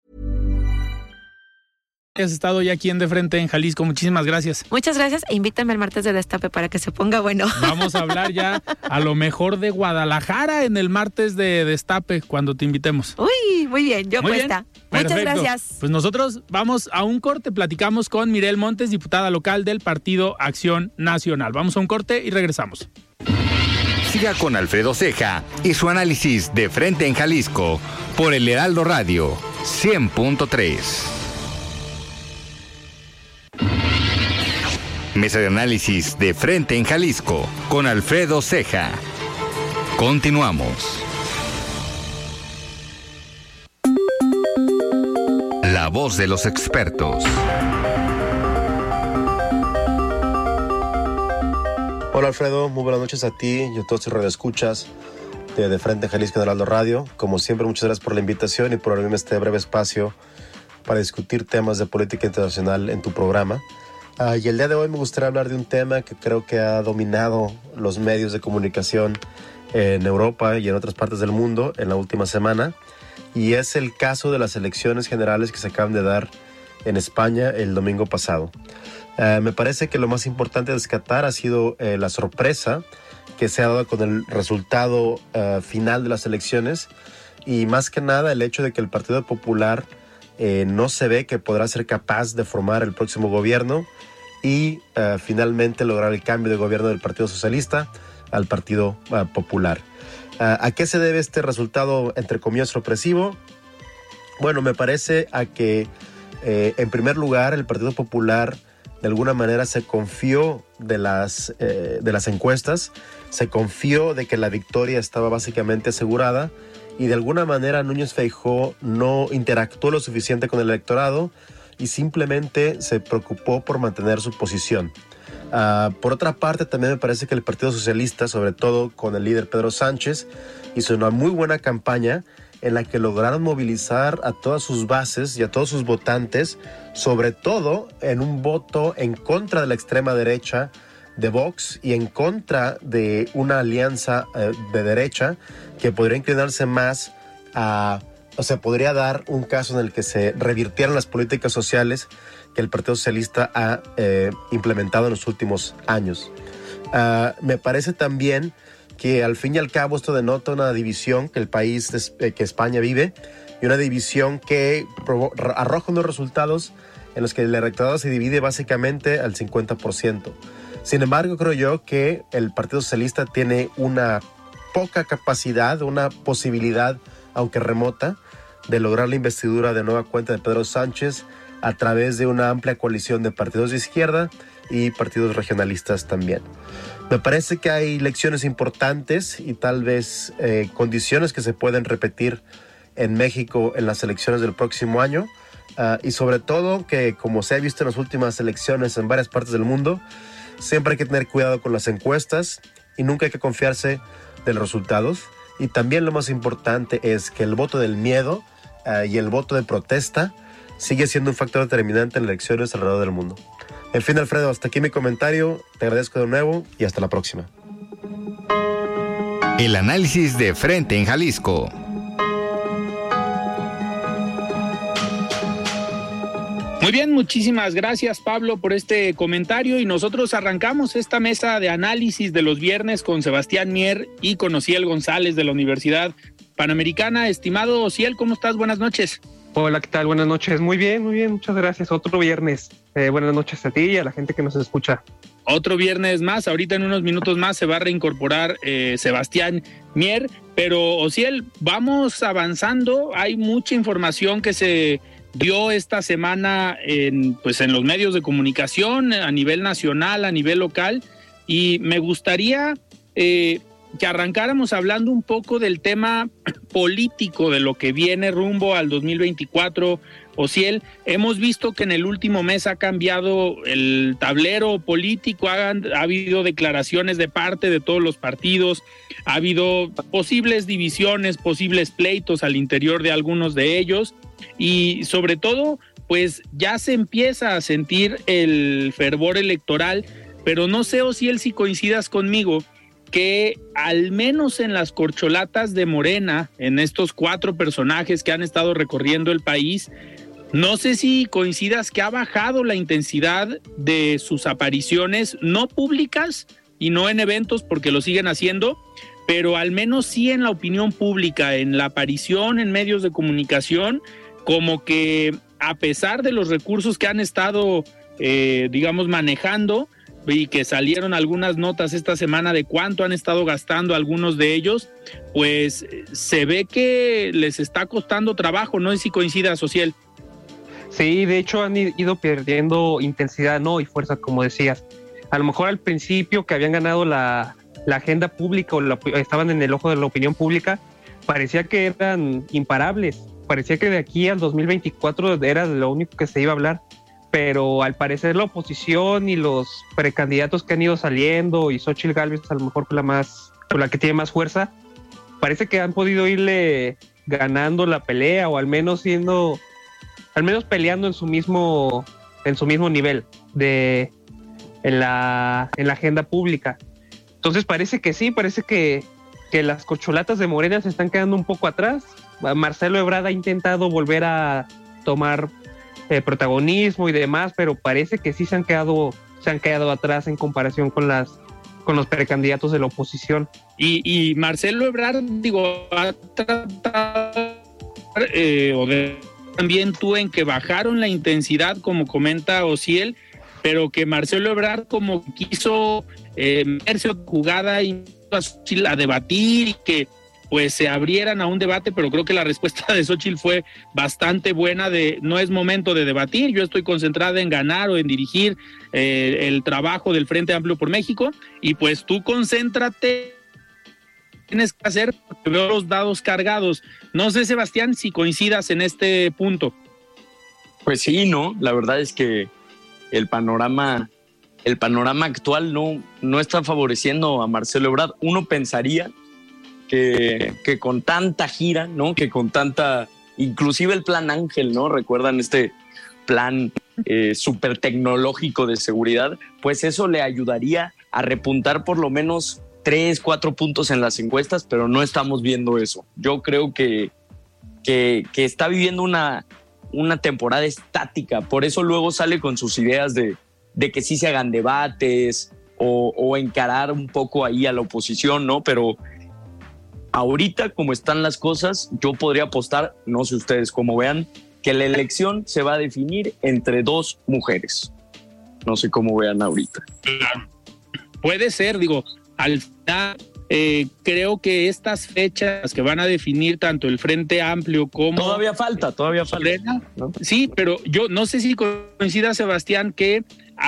Has estado ya aquí en De Frente en Jalisco, muchísimas gracias. Muchas gracias, e invítame al martes de Destape para que se ponga bueno. Vamos a hablar ya a lo mejor de Guadalajara en el martes de Destape cuando te invitemos. Uy, muy bien, yo puesta. Muchas gracias. Pues nosotros vamos a un corte, platicamos con Mirel Montes, diputada local del Partido Acción Nacional. Vamos a un corte y regresamos. Siga con Alfredo Ceja y su análisis de Frente en Jalisco por el Heraldo Radio 100.3. Mesa de análisis de Frente en Jalisco con Alfredo Ceja. Continuamos. La voz de los expertos. Hola Alfredo, muy buenas noches a ti y a todos tus radioescuchas de Frente en Jalisco de Heraldo Radio. Como siempre, muchas gracias por la invitación y por abrirme este breve espacio para discutir temas de política internacional en tu programa. Y el día de hoy me gustaría hablar de un tema que creo que ha dominado los medios de comunicación en Europa y en otras partes del mundo en la última semana, y es el caso de las elecciones generales que se acaban de dar en España el domingo pasado. Me parece que lo más importante de rescatar ha sido la sorpresa que se ha dado con el resultado final de las elecciones, y más que nada el hecho de que el Partido Popular no se ve que podrá ser capaz de formar el próximo gobierno y finalmente lograr el cambio de gobierno del Partido Socialista al Partido Popular. ¿A qué se debe este resultado, entre comillas, sorpresivo? Bueno, me parece a que, en primer lugar, el Partido Popular de alguna manera se confió de las encuestas, se confió de que la victoria estaba básicamente asegurada y de alguna manera Núñez Feijóo no interactuó lo suficiente con el electorado y simplemente se preocupó por mantener su posición. Por otra parte, también me parece que el Partido Socialista, sobre todo con el líder Pedro Sánchez, hizo una muy buena campaña en la que lograron movilizar a todas sus bases y a todos sus votantes, sobre todo en un voto en contra de la extrema derecha de Vox y en contra de una alianza de derecha que podría inclinarse más podría dar un caso en el que se revirtieran las políticas sociales que el Partido Socialista ha implementado en los últimos años. Me parece también que al fin y al cabo esto denota una división que que España vive y una división que arroja unos resultados en los que el electorado se divide básicamente al 50%. Sin embargo, creo yo que el Partido Socialista tiene una poca capacidad, una posibilidad, aunque remota, de lograr la investidura de nueva cuenta de Pedro Sánchez a través de una amplia coalición de partidos de izquierda y partidos regionalistas también. Me parece que hay lecciones importantes y tal vez condiciones que se pueden repetir en México en las elecciones del próximo año y sobre todo que, como se ha visto en las últimas elecciones en varias partes del mundo, siempre hay que tener cuidado con las encuestas y nunca hay que confiarse de los resultados. Y también lo más importante es que el voto del miedo y el voto de protesta sigue siendo un factor determinante en elecciones alrededor del mundo. En fin, Alfredo, hasta aquí mi comentario. Te agradezco de nuevo y hasta la próxima. El análisis de frente en Jalisco. Muy bien, muchísimas gracias, Pablo, por este comentario, y nosotros arrancamos esta mesa de análisis de los viernes con Sebastián Mier y con Osiel González de la Universidad Panamericana. Estimado Osiel, ¿cómo estás? Buenas noches. Hola, ¿qué tal? Buenas noches. Muy bien, muchas gracias. Otro viernes. Buenas noches a ti y a la gente que nos escucha. Otro viernes más. Ahorita en unos minutos más se va a reincorporar Sebastián Mier, pero Osiel, vamos avanzando. Hay mucha información que se dio esta semana en los medios de comunicación a nivel nacional, a nivel local, y me gustaría que arrancáramos hablando un poco del tema político de lo que viene rumbo al 2024. Osiel, hemos visto que en el último mes ha cambiado el tablero político, ha habido declaraciones de parte de todos los partidos, ha habido posibles divisiones, posibles pleitos al interior de algunos de ellos, y sobre todo, pues ya se empieza a sentir el fervor electoral, pero no sé, Osiel, si coincidas conmigo que al menos en las corcholatas de Morena, en estos 4 personajes que han estado recorriendo el país, no sé si coincidas que ha bajado la intensidad de sus apariciones, no públicas y no en eventos porque lo siguen haciendo, pero al menos sí en la opinión pública, en la aparición en medios de comunicación, como que a pesar de los recursos que han estado, manejando, y que salieron algunas notas esta semana de cuánto han estado gastando algunos de ellos, pues se ve que les está costando trabajo. No sé si coincidas, Osiel. Sí, de hecho han ido perdiendo intensidad, ¿no? Y fuerza, como decías. A lo mejor al principio que habían ganado la agenda pública o estaban en el ojo de la opinión pública, parecía que eran imparables. Parecía que de aquí al 2024 era lo único que se iba a hablar. Pero al parecer la oposición y los precandidatos que han ido saliendo y Xóchitl Gálvez a lo mejor la que tiene más fuerza, parece que han podido irle ganando la pelea o al menos peleando en su mismo nivel en la agenda pública. Entonces parece que sí, parece que las corcholatas de Morena se están quedando un poco atrás. Marcelo Ebrard ha intentado volver a tomar protagonismo y demás, pero parece que sí se han quedado atrás en comparación con los precandidatos de la oposición. Y Marcelo Ebrard, ha tratado también tú en que bajaron la intensidad, como comenta Osiel, pero que Marcelo Ebrard como quiso meterse jugada y a debatir, y que pues se abrieran a un debate, pero creo que la respuesta de Xóchitl fue bastante buena de no es momento de debatir, yo estoy concentrada en ganar o en dirigir el trabajo del Frente Amplio por México, y pues tú concéntrate, tienes que hacer, porque veo los dados cargados. No sé, Sebastián, si coincidas en este punto. Pues sí, ¿no? La verdad es que el panorama actual no está favoreciendo a Marcelo Ebrard. Uno pensaría que con tanta gira, ¿no? Que con tanta, inclusive el plan Ángel, ¿no? ¿Recuerdan este plan súper tecnológico de seguridad? Pues eso le ayudaría a repuntar por lo menos 3-4 puntos en las encuestas, pero no estamos viendo eso. Yo creo que está viviendo una temporada estática, por eso luego sale con sus ideas de que sí se hagan debates o encarar un poco ahí a la oposición, ¿no? Pero ahorita, como están las cosas, yo podría apostar, no sé ustedes cómo vean, que la elección se va a definir entre 2 mujeres. No sé cómo vean ahorita. Puede ser, digo, al final creo que estas fechas que van a definir tanto el Frente Amplio como... Todavía falta. ¿No? Sí, pero yo no sé si coincida, Sebastián, que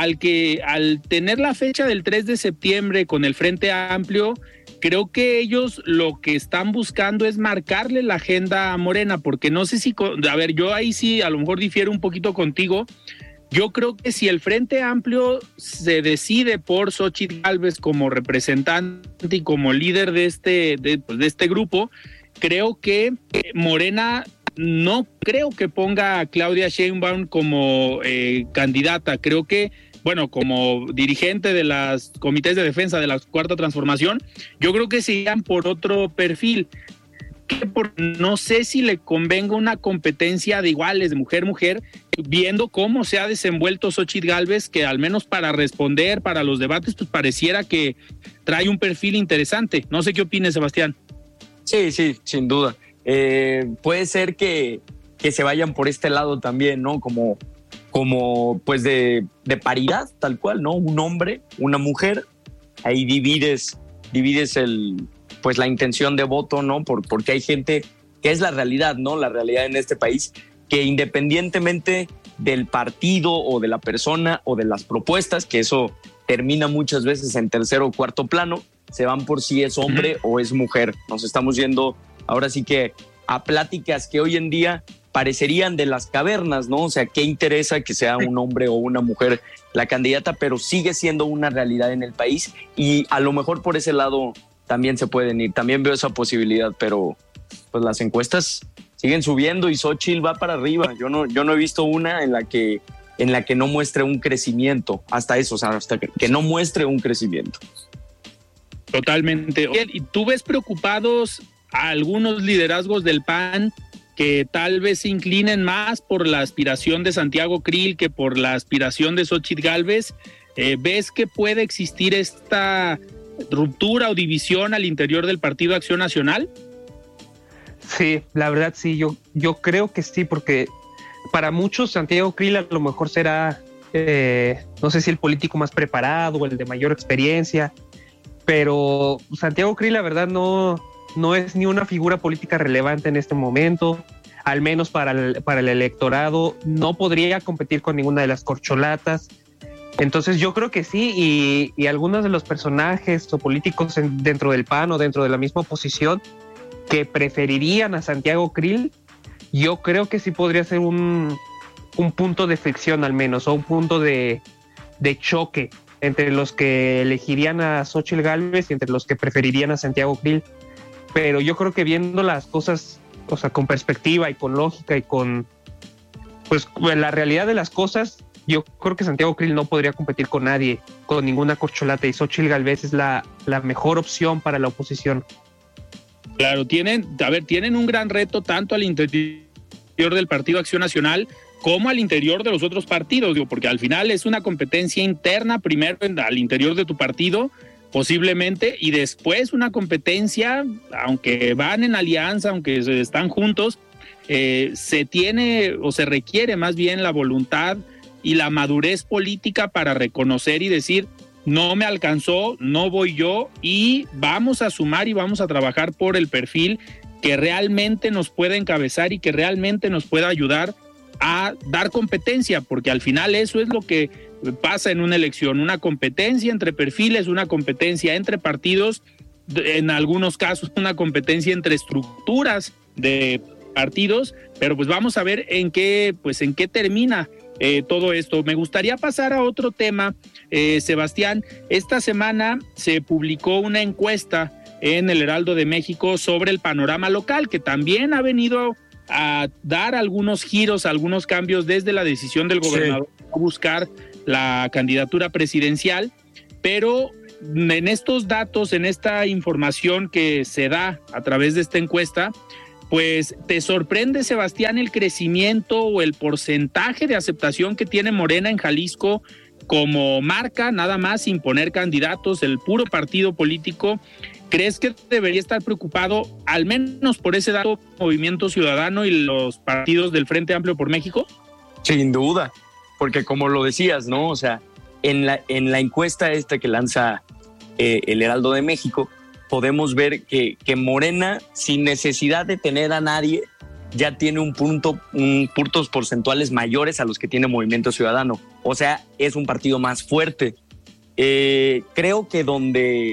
al tener la fecha del 3 de septiembre con el Frente Amplio, creo que ellos lo que están buscando es marcarle la agenda a Morena, porque no sé si, a ver, yo ahí sí a lo mejor difiero un poquito contigo. Yo creo que si el Frente Amplio se decide por Xóchitl Gálvez como representante y como líder de este grupo, creo que Morena no creo que ponga a Claudia Sheinbaum como candidata. Creo que, bueno, como dirigente de las comités de defensa de la Cuarta Transformación, yo creo que se irían por otro perfil. No sé si le convenga una competencia de iguales, de mujer-mujer, viendo cómo se ha desenvuelto Xóchitl Gálvez, que al menos para responder, para los debates, pues pareciera que trae un perfil interesante. No sé qué opines, Sebastián. Sí, sin duda. Puede ser que se vayan por este lado también, ¿no? Como pues de paridad, tal cual, ¿no? Un hombre, una mujer, ahí divides pues la intención de voto, ¿no? Porque hay gente que es la realidad, ¿no? La realidad en este país, que independientemente del partido o de la persona o de las propuestas, que eso termina muchas veces en tercer o cuarto plano, se van por si es hombre o es mujer. Nos estamos yendo ahora sí que a pláticas que hoy en día parecerían de las cavernas, ¿no? O sea, ¿qué interesa que sea un hombre o una mujer la candidata? Pero sigue siendo una realidad en el país y a lo mejor por ese lado también se pueden ir. También veo esa posibilidad, pero pues las encuestas siguen subiendo y Xóchitl va para arriba. Yo no he visto una en la que no muestre un crecimiento, hasta eso, o sea, hasta que no muestre un crecimiento. Totalmente. ¿Y tú ves preocupados a algunos liderazgos del PAN que tal vez se inclinen más por la aspiración de Santiago Krill que por la aspiración de Xóchitl Gálvez? ¿Ves que puede existir esta ruptura o división al interior del Partido Acción Nacional? Sí, la verdad sí, yo creo que sí, porque para muchos Santiago Krill a lo mejor será, no sé si el político más preparado o el de mayor experiencia, pero Santiago Krill la verdad no es ni una figura política relevante en este momento, al menos para el electorado, no podría competir con ninguna de las corcholatas. Entonces yo creo que sí, y algunos de los personajes o políticos dentro del PAN o dentro de la misma oposición que preferirían a Santiago Krill, yo creo que sí podría ser un punto de fricción al menos, o un punto de choque entre los que elegirían a Xóchitl Gálvez y entre los que preferirían a Santiago Krill. Pero yo creo que viendo las cosas, o sea, con perspectiva y con lógica y con pues la realidad de las cosas, yo creo que Santiago Krill no podría competir con nadie, con ninguna corcholata, y Xóchitl Gálvez es la mejor opción para la oposición. Claro, tienen un gran reto tanto al interior del Partido Acción Nacional como al interior de los otros partidos, digo, porque al final es una competencia interna, primero al interior de tu partido, posiblemente, y después una competencia, aunque van en alianza, aunque están juntos, se tiene o se requiere más bien la voluntad y la madurez política para reconocer y decir, no me alcanzó, no voy yo, y vamos a sumar y vamos a trabajar por el perfil que realmente nos pueda encabezar y que realmente nos pueda ayudar a dar competencia, porque al final eso es lo que pasa en una elección, una competencia entre perfiles, una competencia entre partidos, en algunos casos una competencia entre estructuras de partidos, pero pues vamos a ver en qué termina todo esto. Me gustaría pasar a otro tema, Sebastián. Esta semana se publicó una encuesta en el Heraldo de México sobre el panorama local, que también ha venido a dar algunos giros, algunos cambios desde la decisión del gobernador a buscar la candidatura presidencial, pero en estos datos, en esta información que se da a través de esta encuesta, pues te sorprende, Sebastián, el crecimiento o el porcentaje de aceptación que tiene Morena en Jalisco como marca, nada más, sin poner candidatos, el puro partido político. ¿Crees que debería estar preocupado, al menos por ese dato, Movimiento Ciudadano y los partidos del Frente Amplio por México? Sin duda, porque como lo decías, ¿no? O sea, en la encuesta esta que lanza el Heraldo de México, podemos ver que Morena, sin necesidad de tener a nadie, ya tiene puntos porcentuales mayores a los que tiene Movimiento Ciudadano. O sea, es un partido más fuerte. Creo que donde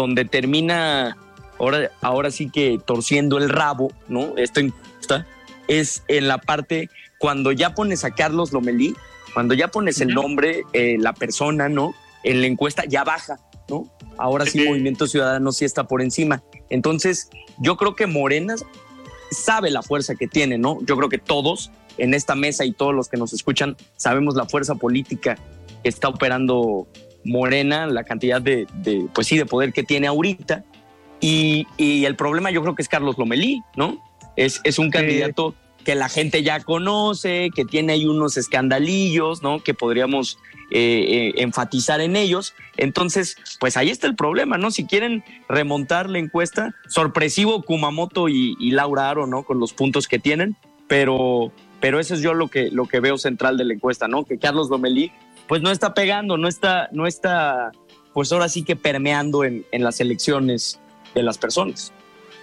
termina ahora sí que torciendo el rabo, ¿no? Esta encuesta es en la parte cuando ya pones a Carlos Lomelí, cuando ya pones el nombre, la persona, ¿no? En la encuesta ya baja, ¿no? Ahora sí Movimiento Ciudadano sí está por encima. Entonces, yo creo que Morena sabe la fuerza que tiene, ¿no? Yo creo que todos en esta mesa y todos los que nos escuchan sabemos la fuerza política que está operando Morena, la cantidad de poder que tiene ahorita, y el problema yo creo que es Carlos Lomelí, ¿no? Es un candidato que la gente ya conoce, que tiene ahí unos escandalillos, ¿no? Que podríamos enfatizar en ellos. Entonces, pues ahí está el problema, ¿no? Si quieren remontar la encuesta, sorpresivo Kumamoto y Laura Aro, ¿no? Con los puntos que tienen, pero eso es yo lo que veo central de la encuesta, ¿no? Que Carlos Lomelí pues no está pegando, no está, pues ahora sí que permeando en las elecciones de las personas.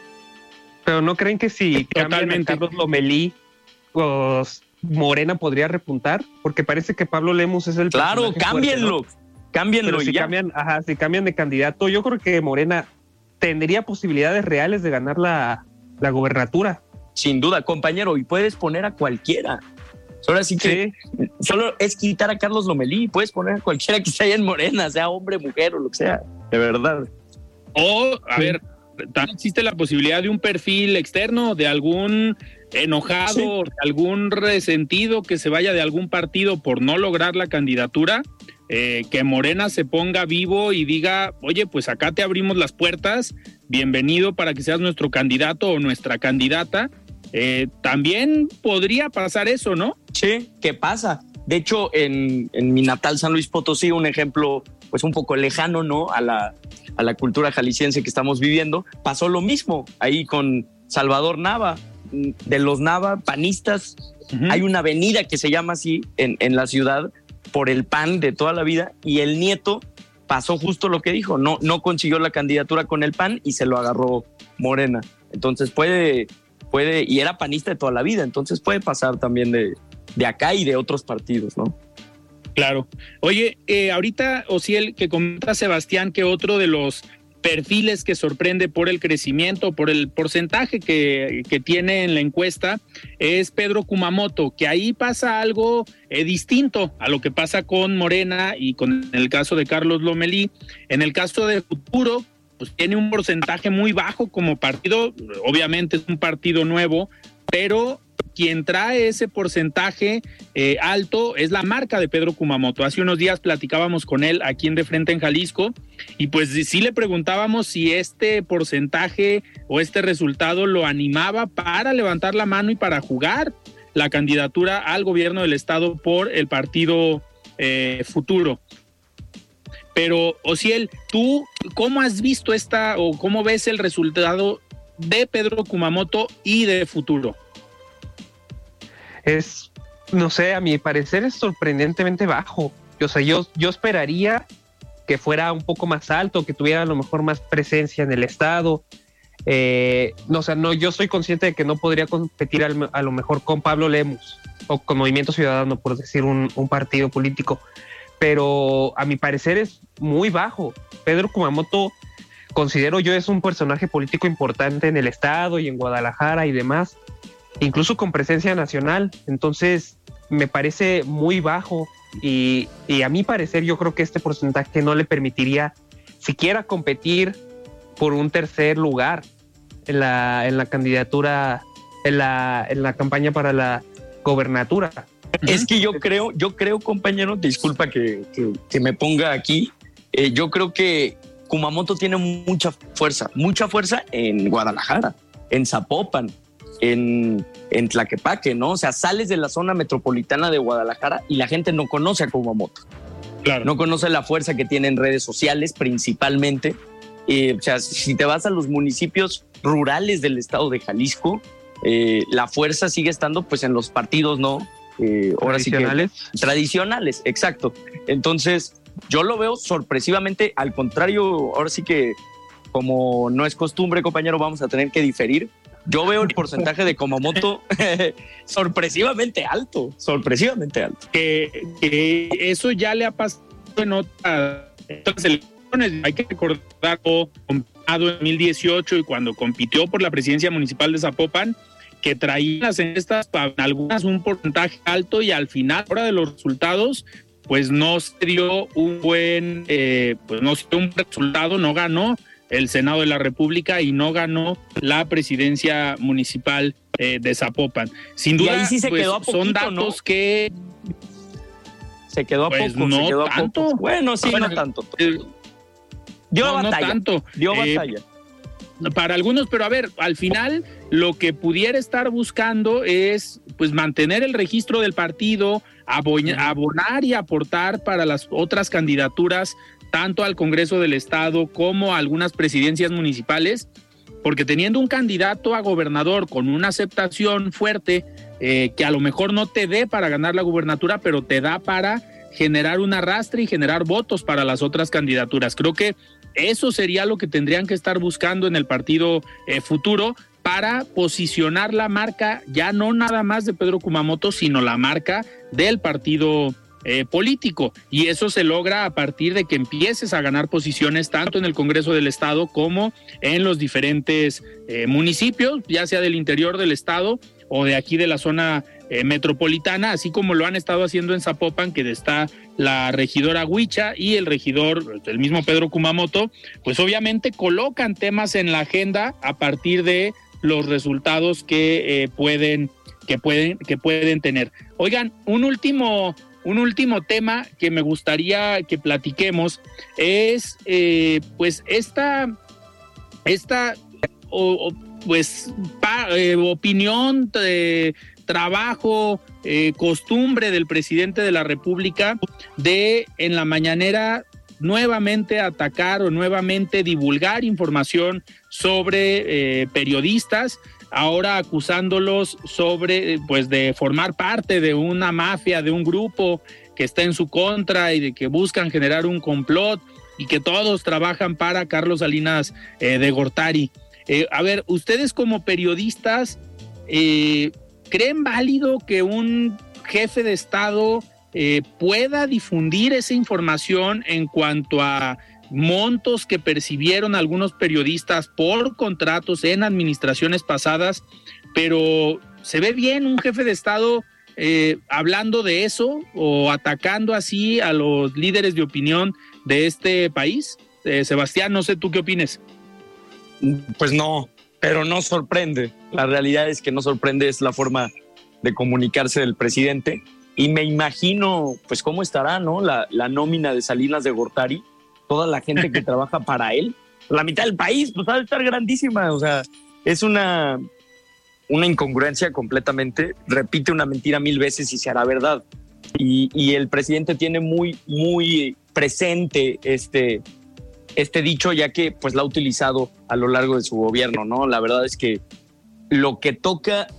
Pero ¿no creen que si cambian a Carlos Lomelí, pues Morena podría repuntar? Porque parece que Pablo Lemus es el Claro, cámbienlo, fuerte, ¿no? cámbienlo. Pero si cambian de candidato, yo creo que Morena tendría posibilidades reales de ganar la gobernatura. Sin duda, compañero, y puedes poner a cualquiera. Ahora sí que solo es quitar a Carlos Lomelí, puedes poner a cualquiera que esté en Morena, sea hombre, mujer o lo que sea, de verdad. O, a ver, también existe la posibilidad de un perfil externo, de algún enojado, de algún resentido que se vaya de algún partido por no lograr la candidatura, que Morena se ponga vivo y diga, oye, pues acá te abrimos las puertas, bienvenido para que seas nuestro candidato o nuestra candidata. También podría pasar eso, ¿no? Sí, ¿qué pasa? De hecho, en mi natal San Luis Potosí, un ejemplo pues un poco lejano, ¿no? A la cultura jalisciense que estamos viviendo, pasó lo mismo ahí con Salvador Nava, de los Nava, panistas. Hay una avenida que se llama así en la ciudad por el PAN de toda la vida, y el nieto pasó justo lo que dijo, no consiguió la candidatura con el PAN y se lo agarró Morena. Entonces puede, y era panista de toda la vida, entonces puede pasar también de acá y de otros partidos, ¿no? Claro. Oye, ahorita, Osiel, que comenta Sebastián que otro de los perfiles que sorprende por el crecimiento, por el porcentaje que tiene en la encuesta, es Pedro Kumamoto, que ahí pasa algo distinto a lo que pasa con Morena y con el caso de Carlos Lomelí. En el caso de Futuro, pues tiene un porcentaje muy bajo como partido, obviamente es un partido nuevo, pero quien trae ese porcentaje alto es la marca de Pedro Kumamoto. Hace unos días platicábamos con él aquí en De Frente en Jalisco y pues sí le preguntábamos si este porcentaje o este resultado lo animaba para levantar la mano y para jugar la candidatura al gobierno del estado por el partido Futuro. Pero, Osiel, ¿tú cómo has visto o cómo ves el resultado de Pedro Kumamoto y de Futuro? No sé, a mi parecer es sorprendentemente bajo. O sea, yo esperaría que fuera un poco más alto, que tuviera a lo mejor más presencia en el estado. Yo soy consciente de que no podría competir a lo mejor con Pablo Lemus o con Movimiento Ciudadano, por decir un partido político, pero a mi parecer es muy bajo. Pedro Kumamoto, considero yo, es un personaje político importante en el estado y en Guadalajara y demás, incluso con presencia nacional. Entonces me parece muy bajo y a mi parecer yo creo que este porcentaje no le permitiría siquiera competir por un tercer lugar en la candidatura, en la campaña para la gobernatura. Es que yo creo, compañero, disculpa que me ponga aquí, yo creo que Kumamoto tiene mucha fuerza en Guadalajara, en Zapopan, en Tlaquepaque, ¿no? O sea, sales de la zona metropolitana de Guadalajara y la gente no conoce a Kumamoto. Claro. No conoce la fuerza que tiene en redes sociales, principalmente. O sea, si te vas a los municipios rurales del estado de Jalisco, la fuerza sigue estando pues en los partidos, ¿no? Ahora sí que tradicionales, exacto. Entonces, yo lo veo sorpresivamente, al contrario, ahora sí que como no es costumbre, compañero, vamos a tener que diferir. Yo veo el porcentaje de Kumamoto sorpresivamente alto. Que eso ya le ha pasado en otras elecciones. Hay que recordar en 2018 y cuando compitió por la presidencia municipal de Zapopan, que traía las encuestas, algunas un porcentaje alto, y al final, hora de los resultados, pues no se dio un buen resultado, no ganó el Senado de la República y no ganó la presidencia municipal de Zapopan. Sin duda, y ahí sí se quedó a poquito, son datos, ¿no? Que se quedó a pues poco, no se quedó a tanto. poco. Bueno, sí, no tanto. Dio batalla. Dio batalla. Para algunos, pero a ver, al final lo que pudiera estar buscando es pues mantener el registro del partido, abonar y aportar para las otras candidaturas, tanto al Congreso del Estado como a algunas presidencias municipales, porque teniendo un candidato a gobernador con una aceptación fuerte, que a lo mejor no te dé para ganar la gubernatura, pero te da para generar un arrastre y generar votos para las otras candidaturas. Creo que eso sería lo que tendrían que estar buscando en el partido futuro para posicionar la marca, ya no nada más de Pedro Kumamoto, sino la marca del partido político. Y eso se logra a partir de que empieces a ganar posiciones tanto en el Congreso del Estado como en los diferentes municipios, ya sea del interior del Estado o de aquí de la zona metropolitana, así como lo han estado haciendo en Zapopan, que está la regidora Huicha y el regidor, el mismo Pedro Kumamoto, pues obviamente colocan temas en la agenda a partir de los resultados que pueden tener. Oigan, un último tema que me gustaría que platiquemos es pues esta opinión, trabajo, costumbre del presidente de la República de en la mañanera nuevamente atacar o nuevamente divulgar información sobre periodistas, ahora acusándolos pues de formar parte de una mafia, de un grupo que está en su contra y de que buscan generar un complot y que todos trabajan para Carlos Salinas de Gortari. A ver, ustedes como periodistas, ¿creen válido que un jefe de Estado pueda difundir esa información en cuanto a montos que percibieron algunos periodistas por contratos en administraciones pasadas? Pero ¿se ve bien un jefe de Estado hablando de eso o atacando así a los líderes de opinión de este país? Sebastián, no sé tú qué opines. Pues no, pero no sorprende. La realidad es que no sorprende, es la forma de comunicarse del presidente. Y me imagino, pues, cómo estará, ¿no? La nómina de Salinas de Gortari, toda la gente que trabaja para él, la mitad del país, pues, va a estar grandísima. O sea, es una incongruencia completamente. Repite una mentira 1000 veces y se hará verdad. Y el presidente tiene muy, muy presente este dicho, ya que pues la ha utilizado a lo largo de su gobierno, ¿no? La verdad es que lo que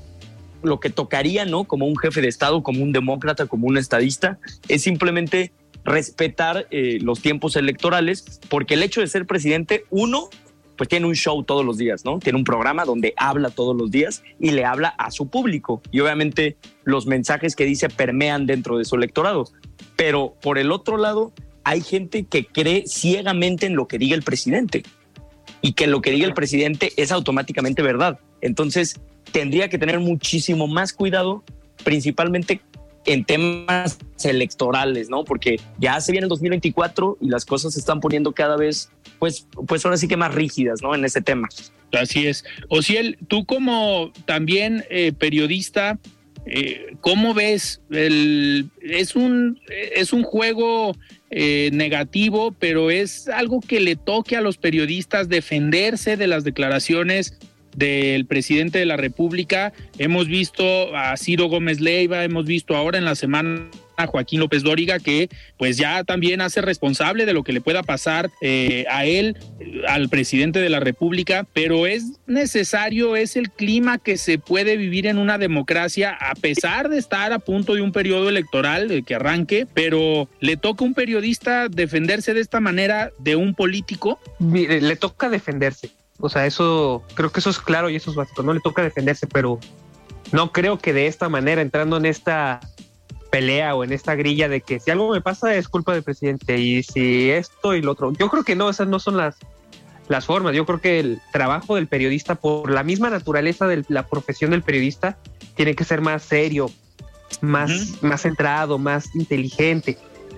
tocaría, ¿no? Como un jefe de Estado, como un demócrata, como un estadista, es simplemente respetar los tiempos electorales, porque el hecho de ser presidente, uno, pues tiene un show todos los días, ¿no? Tiene un programa donde habla todos los días y le habla a su público. Y obviamente los mensajes que dice permean dentro de su electorado. Pero por el otro lado, hay gente que cree ciegamente en lo que diga el presidente y que lo que diga el presidente es automáticamente verdad. Entonces, tendría que tener muchísimo más cuidado, principalmente en temas electorales, ¿no? Porque ya se viene el 2024 y las cosas se están poniendo cada vez, pues ahora sí que más rígidas, ¿no? En ese tema. Así es. Osiel, tú como también periodista, ¿cómo ves? Es un juego negativo, pero es algo que le toque a los periodistas defenderse de las declaraciones del presidente de la República. Hemos visto a Ciro Gómez Leiva, hemos visto ahora en la semana a Joaquín López Dóriga, que pues ya también hace responsable de lo que le pueda pasar a él, al presidente de la República, pero es necesario, es el clima que se puede vivir en una democracia, a pesar de estar a punto de un periodo electoral que arranque, pero ¿le toca a un periodista defenderse de esta manera de un político? Le toca defenderse. O sea, creo que eso es claro y eso es básico. No le toca defenderse, pero no creo que de esta manera, entrando en esta pelea o en esta grilla de que si algo me pasa es culpa del presidente y si esto y lo otro. Yo creo que no, esas no son las formas. Yo creo que el trabajo del periodista, por la misma naturaleza de la profesión del periodista, tiene que ser más serio, más centrado, más inteligente.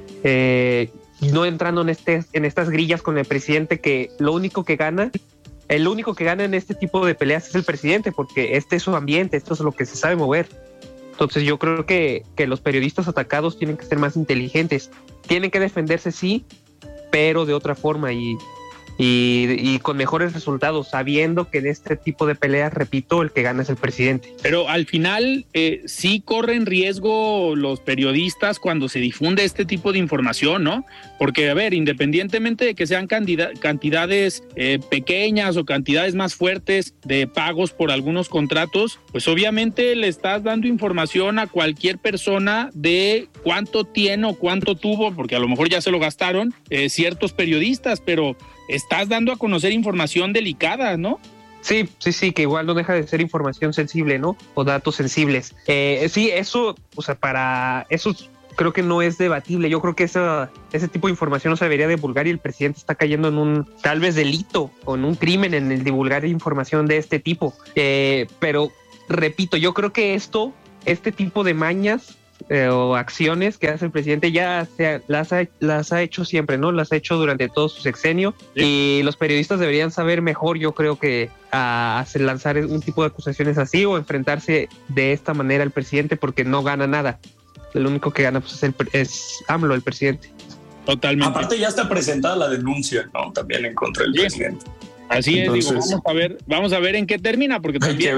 No entrando en estas grillas con el presidente, que el único que gana en este tipo de peleas es el presidente, porque este es su ambiente, esto es lo que se sabe mover. Entonces yo creo que los periodistas atacados tienen que ser más inteligentes, tienen que defenderse, sí, pero de otra forma y con mejores resultados, sabiendo que en este tipo de peleas, repito, el que gana es el presidente. Pero al final sí corren riesgo los periodistas cuando se difunde este tipo de información, ¿no? Porque, a ver, independientemente de que sean cantidades pequeñas o cantidades más fuertes de pagos por algunos contratos, pues obviamente le estás dando información a cualquier persona de cuánto tiene o cuánto tuvo, porque a lo mejor ya se lo gastaron ciertos periodistas, pero estás dando a conocer información delicada, ¿no? Sí, que igual no deja de ser información sensible, ¿no? O datos sensibles. Sí, eso, o sea, para eso creo que no es debatible. Yo creo que ese tipo de información no se debería divulgar y el presidente está cayendo en un tal vez delito o en un crimen en el divulgar información de este tipo. Pero repito, yo creo que este tipo de mañas o acciones que hace el presidente ya las ha hecho siempre, ¿no? Las ha hecho durante todo su sexenio, sí. Y los periodistas deberían saber mejor, yo creo, que lanzar un tipo de acusaciones así o enfrentarse de esta manera al presidente, porque no gana nada. El único que gana pues, es AMLO, el presidente. Totalmente. Aparte ya está presentada la denuncia, ¿no? También en contra del presidente. Así entonces, es, digo, vamos a ver en qué termina, porque también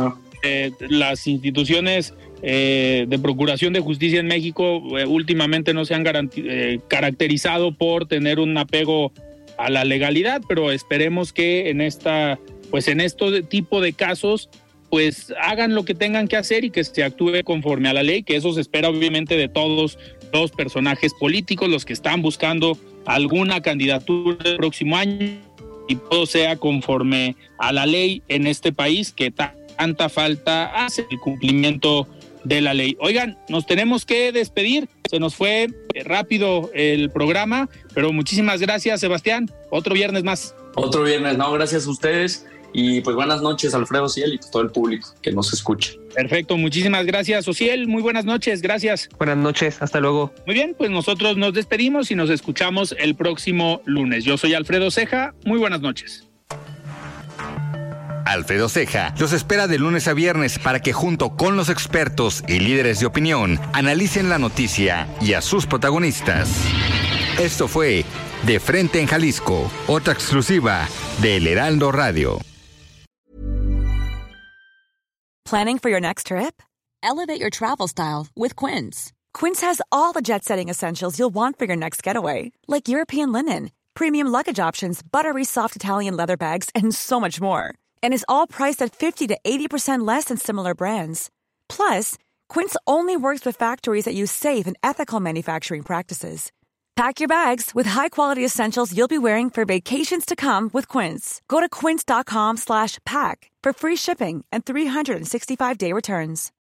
las instituciones de Procuración de Justicia en México últimamente no se han caracterizado por tener un apego a la legalidad, pero esperemos que en este tipo de casos pues hagan lo que tengan que hacer y que se actúe conforme a la ley, que eso se espera obviamente de todos los personajes políticos, los que están buscando alguna candidatura el próximo año, y todo sea conforme a la ley en este país que tanta falta hace el cumplimiento de la ley. Oigan, nos tenemos que despedir, se nos fue rápido el programa, pero muchísimas gracias, Sebastián, otro viernes más. Otro viernes, no, gracias a ustedes y pues buenas noches, Alfredo Osiel, y todo el público que nos escucha. Perfecto, muchísimas gracias, Osiel, muy buenas noches, gracias. Buenas noches, hasta luego. Muy bien, pues nosotros nos despedimos y nos escuchamos el próximo lunes. Yo soy Alfredo Ceja, muy buenas noches. Alfredo Ceja los espera de lunes a viernes para que junto con los expertos y líderes de opinión analicen la noticia y a sus protagonistas. Esto fue De Frente en Jalisco, otra exclusiva de El Heraldo Radio. Planning for your next trip? Elevate your travel style with Quince. Quince has all the jet-setting essentials you'll want for your next getaway, like European linen, premium luggage options, buttery soft Italian leather bags, and so much more. And is all priced at 50 to 80% less than similar brands. Plus, Quince only works with factories that use safe and ethical manufacturing practices. Pack your bags with high-quality essentials you'll be wearing for vacations to come with Quince. Go to quince.com/pack for free shipping and 365-day returns.